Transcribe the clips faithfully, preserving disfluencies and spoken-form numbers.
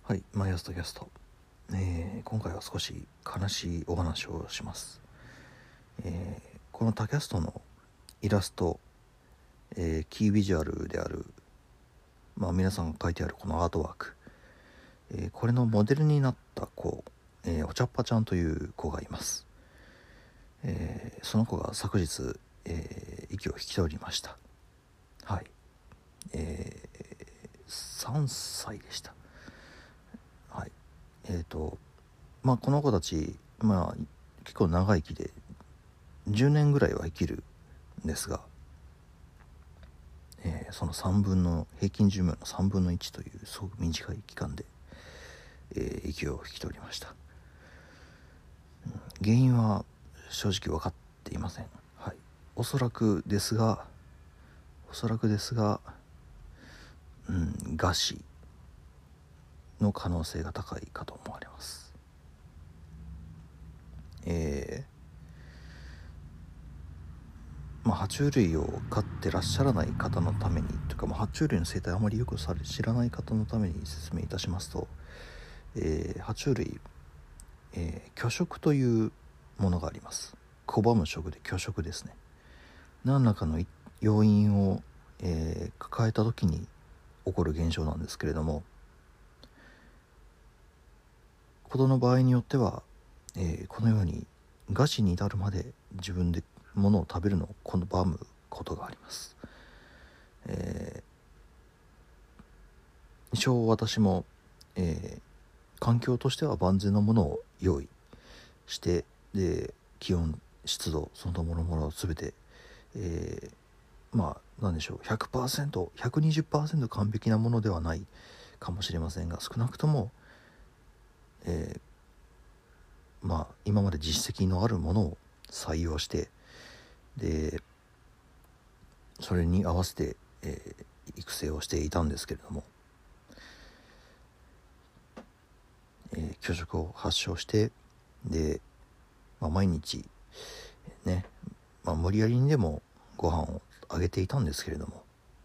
はい、マイアストキャスト、えー今回は少し悲しいお話をします。えーこのタキャストのイラスト、えーキービジュアルである、まあ、皆さんが書いてあるこのアートワーク、えーこれのモデルになった子、えーお茶っ葉ちゃんという子がいます。えーその子が昨日、えー息を引き取りました。はい、えーさんさいでした。はい、えーとまあこの子たち、まあ結構長生きでじゅうねんぐらいは生きるんですが、えーそのさんぶんの平均寿命のさんぶんのいちというすごく短い期間で、えー息を引き取りました。うん、原因は正直分かっていません。はい、おそらくですがおそらくですが、うん、餓死の可能性が高いかと思われます。えーまあ、爬虫類を飼ってらっしゃらない方のためにというか、まあ、爬虫類の生態をあまりよくされ知らない方のために説明いたしますと、えー、爬虫類、えー、拒食というものがあります。拒む食で拒食ですね。何らかの要因を、えー、抱えた時に起こる現象なんですけれども、ことの場合によっては、えー、このように餓死に至るまで自分で物を食べるのを拒むことがあります。えー、一応私も、えー、環境としては万全のものを用意して、で気温湿度その他もろもろ全て、えー、まあ何でしょう ひゃくパーセントひゃくにじゅっパーセント 完璧なものではないかもしれませんが、少なくとも、えー、まあ今まで実績のあるものを採用して、でそれに合わせて、えー、育成をしていたんですけれども、えー、拒食を発症して、で、まあ、毎日ね、まあ、無理やりにでもご飯をあげていたんですけれども、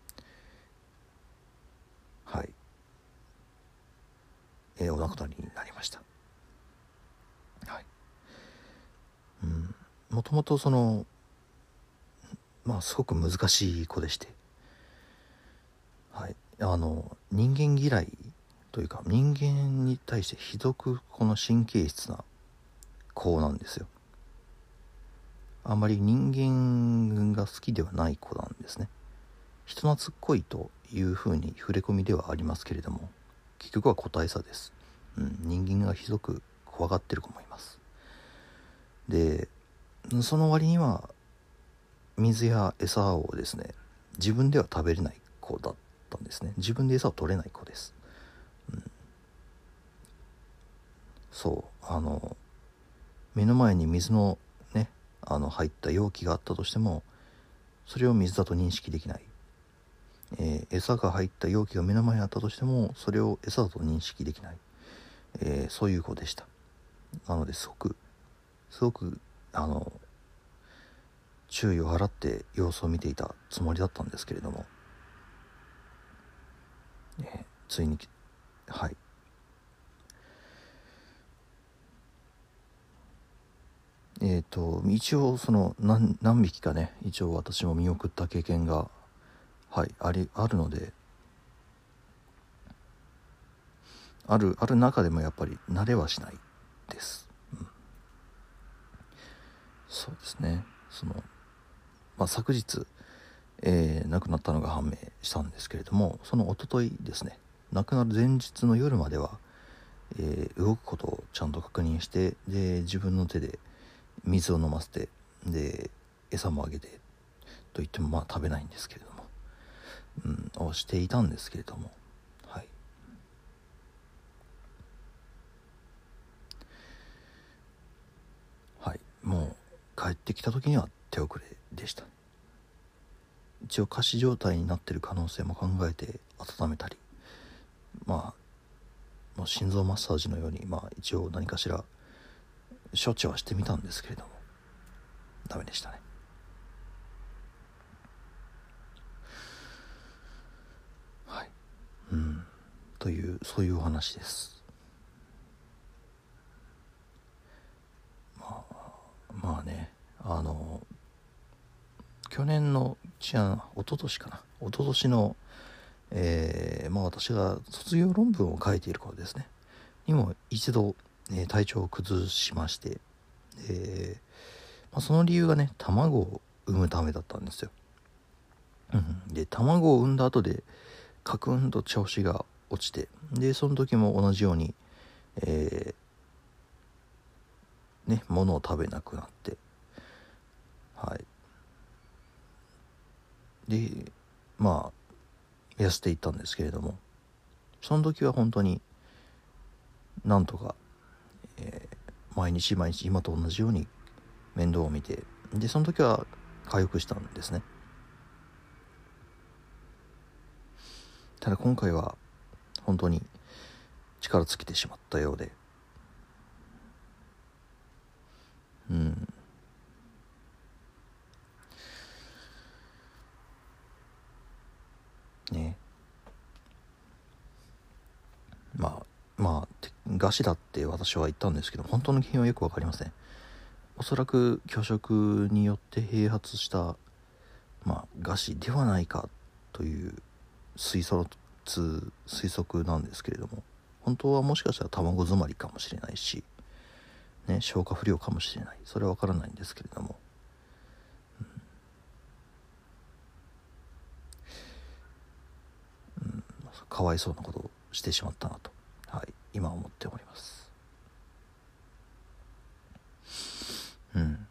はい、えー、お亡くなりになりました。はい、うん、もともとそのまあすごく難しい子でして、はい、あの人間嫌いというか人間に対してひどくこの神経質な子なんですよ。あんまり人間が好きではない子なんですね。人懐っこいというふうに触れ込みではありますけれども、結局は個体差です。うん、人間がひどく怖がってる子もいます。でその割には水や餌をですね自分では食べれない子だったんですね。自分で餌を取れない子です。うん、そうあの目の前に水のねあの入った容器があったとしても、それを水だと認識できない。えー、餌が入った容器が目の前にあったとしても、それを餌だと認識できない、えー、そういう子でした。なのですごくすごくあの注意を払って様子を見ていたつもりだったんですけれども、えー、ついにはいえーと一応その 何, 何匹かね一応私も見送った経験が、はい、ありあるので、あるある中でもやっぱり慣れはしないです。うん、そうですね。その、まあ、昨日、えー、亡くなったのが判明したんですけれども、その一昨日ですね、亡くなる前日の夜までは、えー、動くことをちゃんと確認して、で自分の手で水を飲ませて、で餌もあげてと言ってもまあ食べないんですけれども、うん、をしていたんですけれども、はい、はい、もう帰ってきた時には手遅れでした。一応仮死状態になっている可能性も考えて温めたり、まあもう心臓マッサージのように、まあ一応何かしら処置はしてみたんですけれどもダメでしたね。はい、うん、 というそういうお話です。まあまあねあの去年の違うな一昨年かな一昨年の、えーまあ、私が卒業論文を書いている頃ですねにも一度、えー体調を崩しまして、えーまあ、その理由がね卵を産むためだったんですよ。うん、で卵を産んだ後でカクンと調子が落ちて、でその時も同じように、えー、ね物を食べなくなって、はいでまあ痩せていったんですけれども、その時は本当になんとか、えー毎日毎日今と同じように面倒を見て、でその時は回復したんですね。ただ今回は本当に力尽きてしまったようで、うんねまあまあ餓死だって私は言ったんですけど、本当の原因はよく分かりません。おそらく拒食によって併発したまあ餓死ではないかという推測推測なんですけれども、本当はもしかしたら卵詰まりかもしれないし、ね、消化不良かもしれない、それは分からないんですけれども、うんうん、かわいそうなことをしてしまったなと、はい、今思っております。うん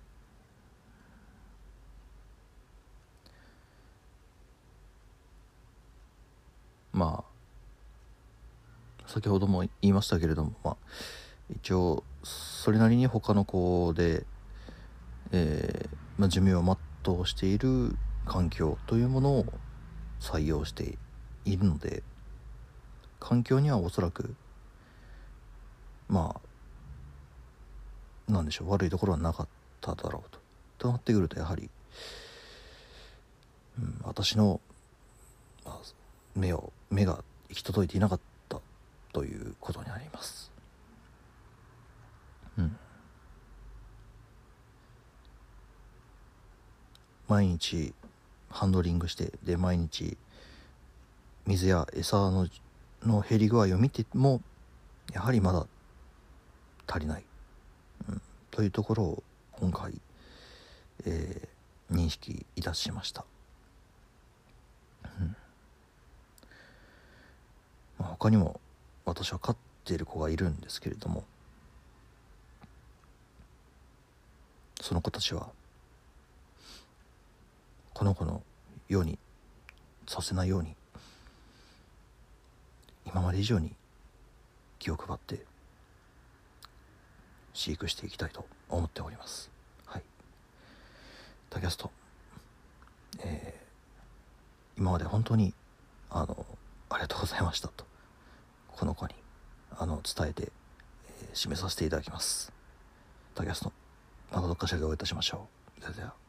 まあ先ほども言いましたけれども、まあ、一応それなりに他の子で、えーまあ、寿命を全うしている環境というものを採用しているので、環境にはおそらくまあなんでしょう悪いところはなかっただろうと。となってくるとやはり、うん、私の、まあ、目を目が行き届いていなかったということになります。うん、毎日ハンドリングしてで毎日水や餌のの減り具合を見てもやはりまだ足りない、うん、というところを今回、えー、認識いたしました。うんまあ、他にも私は飼っている子がいるんですけれども、その子たちはこの子のようにさせないように今まで以上に気を配って飼育していきたいと思っております。はい。タキャスト、えー、今まで本当にあのありがとうございましたとこの子にあの伝えて、えー、締めさせていただきます。タキャストまたどっかしらでお会いいたしましょう。ではでは。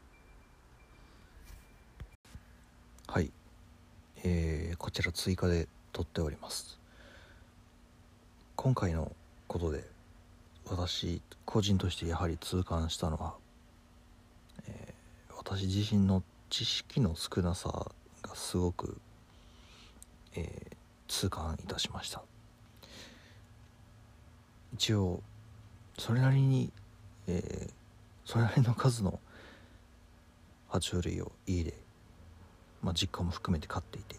はい、えー、こちら追加で撮っております。今回のことで私個人としてやはり痛感したのは、えー、私自身の知識の少なさがすごく、えー、痛感いたしました。一応それなりに、えー、それなりの数の爬虫類を家で、まあ、実家も含めて飼っていて、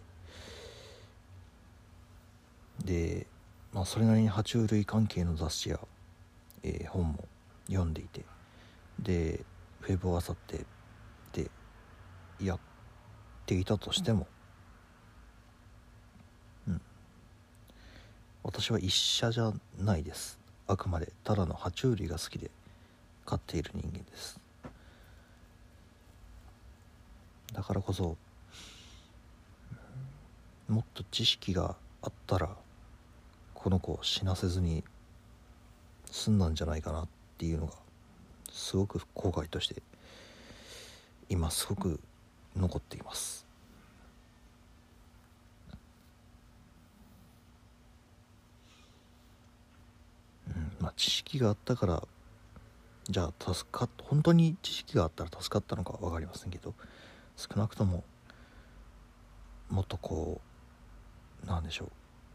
で、まあ、それなりに爬虫類関係の雑誌や、えー、本も読んでいて、でウェブを漁ってでやっていたとしても、うん、私は一社じゃないです。あくまでただの爬虫類が好きで飼っている人間です。だからこそもっと知識があったらこの子を死なせずに済んだんじゃないかなっていうのがすごく後悔として今すごく残っています。 知識があったからじゃあ助かっ本当に知識があったら助かったのかは分かりませんけど、少なくとももっとこうなんでしょ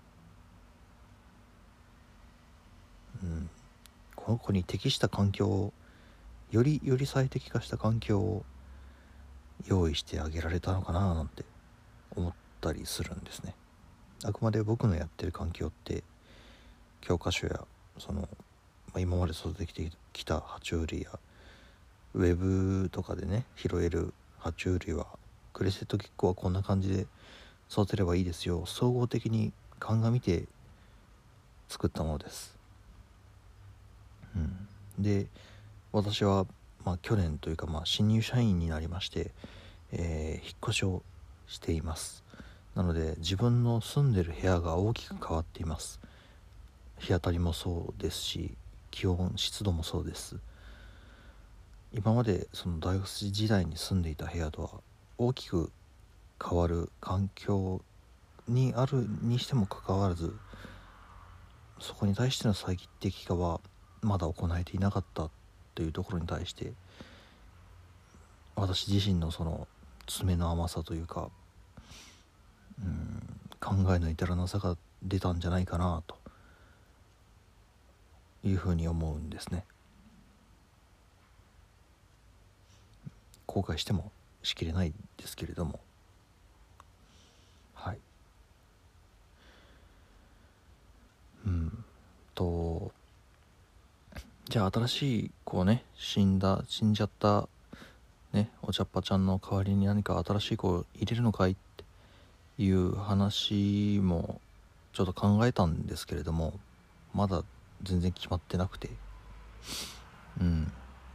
う、うん、この子に適した環境をよりより最適化した環境を用意してあげられたのかななんて思ったりするんですね。あくまで僕のやってる環境って教科書やその、まあ、今まで育ててきた爬虫類やウェブとかでね拾える爬虫類はクレセットキッコはこんな感じで育てればいいですよ、総合的に鑑みて作ったものです、うん、で私は、まあ、去年というか、まあ、新入社員になりまして、えー、引っ越しをしています。なので自分の住んでる部屋が大きく変わっています。日当たりもそうですし気温湿度もそうです。今までその大学時代に住んでいた部屋とは大きく変わる環境にあるにしてもかかわらず、そこに対しての最適化はまだ行えていなかったというところに対して、私自身のその爪の甘さというか、うん、考えの至らなさが出たんじゃないかなというふうに思うんですね。後悔してもしきれないですけれども、はい。うんとじゃあ新しいこうね死んだ死んじゃったねお茶っ葉ちゃんの代わりに何か新しい子を入れるのかいっていう話もちょっと考えたんですけれども、まだ全然決まってなくて、うん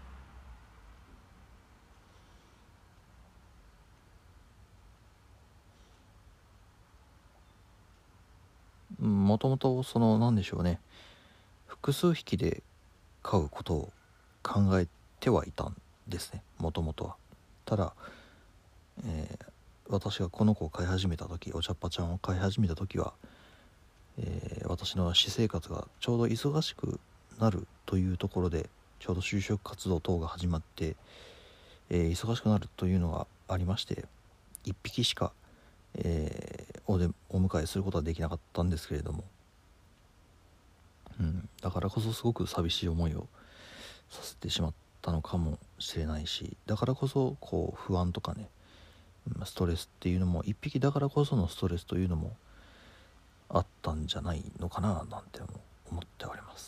もともとそのなんでしょうね、複数匹で飼うことを考えてはいたんですね、もともとは。ただ、えー私がこの子を飼い始めた時、お茶っ葉ちゃんを飼い始めた時は、えー私の私生活がちょうど忙しくなるというところで、ちょうど就職活動等が始まって、えー忙しくなるというのがありまして、いっぴきしか、えーおでお迎えすることはできなかったんですけれども、うん、だからこそすごく寂しい思いをさせてしまったのかもしれないし、だからこそこう不安とかね、ストレスっていうのも一匹だからこそのストレスというのもあったんじゃないのかななんて思っております。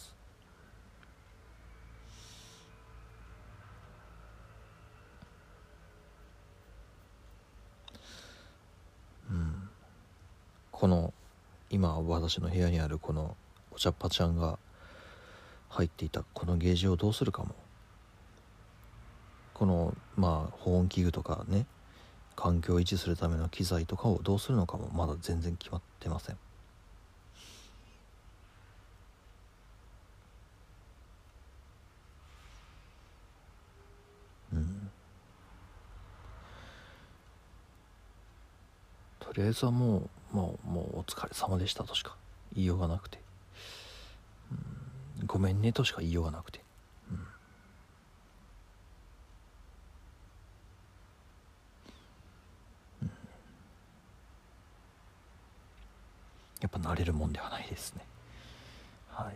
うん、この今私の部屋にあるこのお茶っ葉ちゃんが入っていたこのゲージをどうするかも、このまあ保温器具とかね、環境を維持するための機材とかをどうするのかもまだ全然決まってません。うん、とりあえずはもうもうもうお疲れ様でしたとしか言いようがなくて、うん、ごめんねとしか言いようがなくて、うん、やっぱ慣れるもんではないですね。はい。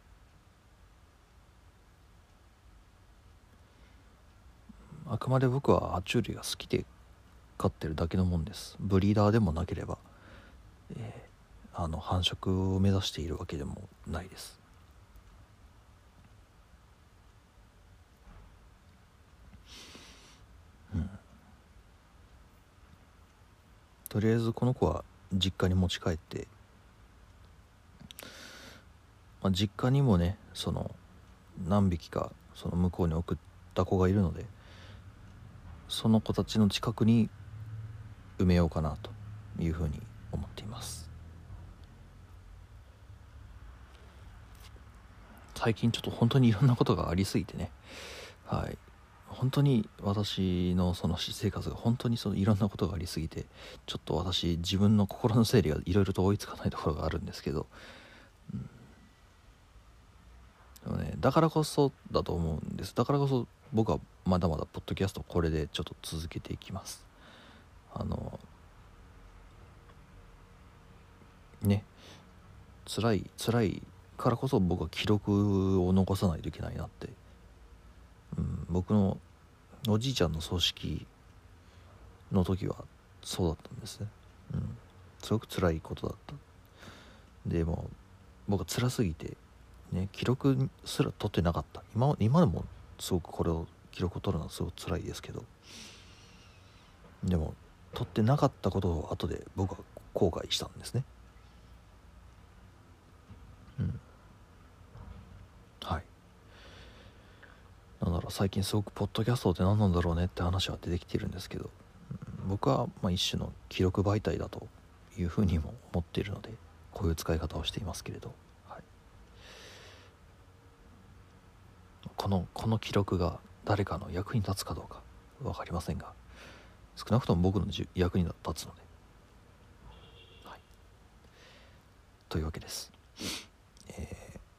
あくまで僕は爬虫類が好きで飼ってるだけのもんです。ブリーダーでもなければ、えー、あの繁殖を目指しているわけでもないです。うん、とりあえずこの子は実家に持ち帰って、まあ、実家にもねその何匹かその向こうに送った子がいるので、その子たちの近くに埋めようかなというふうに思っています。最近ちょっと本当にいろんなことがありすぎてね、はい、本当に私のその私生活が本当にそのいろんなことがありすぎて、ちょっと私自分の心の整理がいろいろと追いつかないところがあるんですけど、うん、 でもね、だからこそだと思うんです。だからこそ僕はまだまだポッドキャストこれでちょっと続けていきます。あのね辛い辛いからこそ僕は記録を残さないといけないなって、うん、僕のおじいちゃんの葬式の時はそうだったんですね。うん、すごく辛いことだった。でも僕は辛すぎてね、記録すら取ってなかった。今今でもすごくこれを記録を取るのはすごく辛いですけど、でも取ってなかったことを後で僕は後悔したんですね。うん、はい。なんだろう、最近すごくポッドキャストって何なんだろうねって話は出てきているんですけど、うん、僕はまあ一種の記録媒体だというふうにも思っているので、こういう使い方をしていますけれど、はい、このこの記録が誰かの役に立つかどうか分かりませんが、少なくとも僕の役に立つので、はい、というわけです。えー、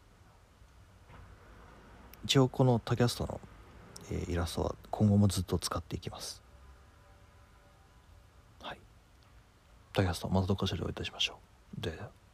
一応このタキャストの、えー、イラストは今後もずっと使っていきます。はい。タキャストまたどっかしらでお会いいたしましょう。で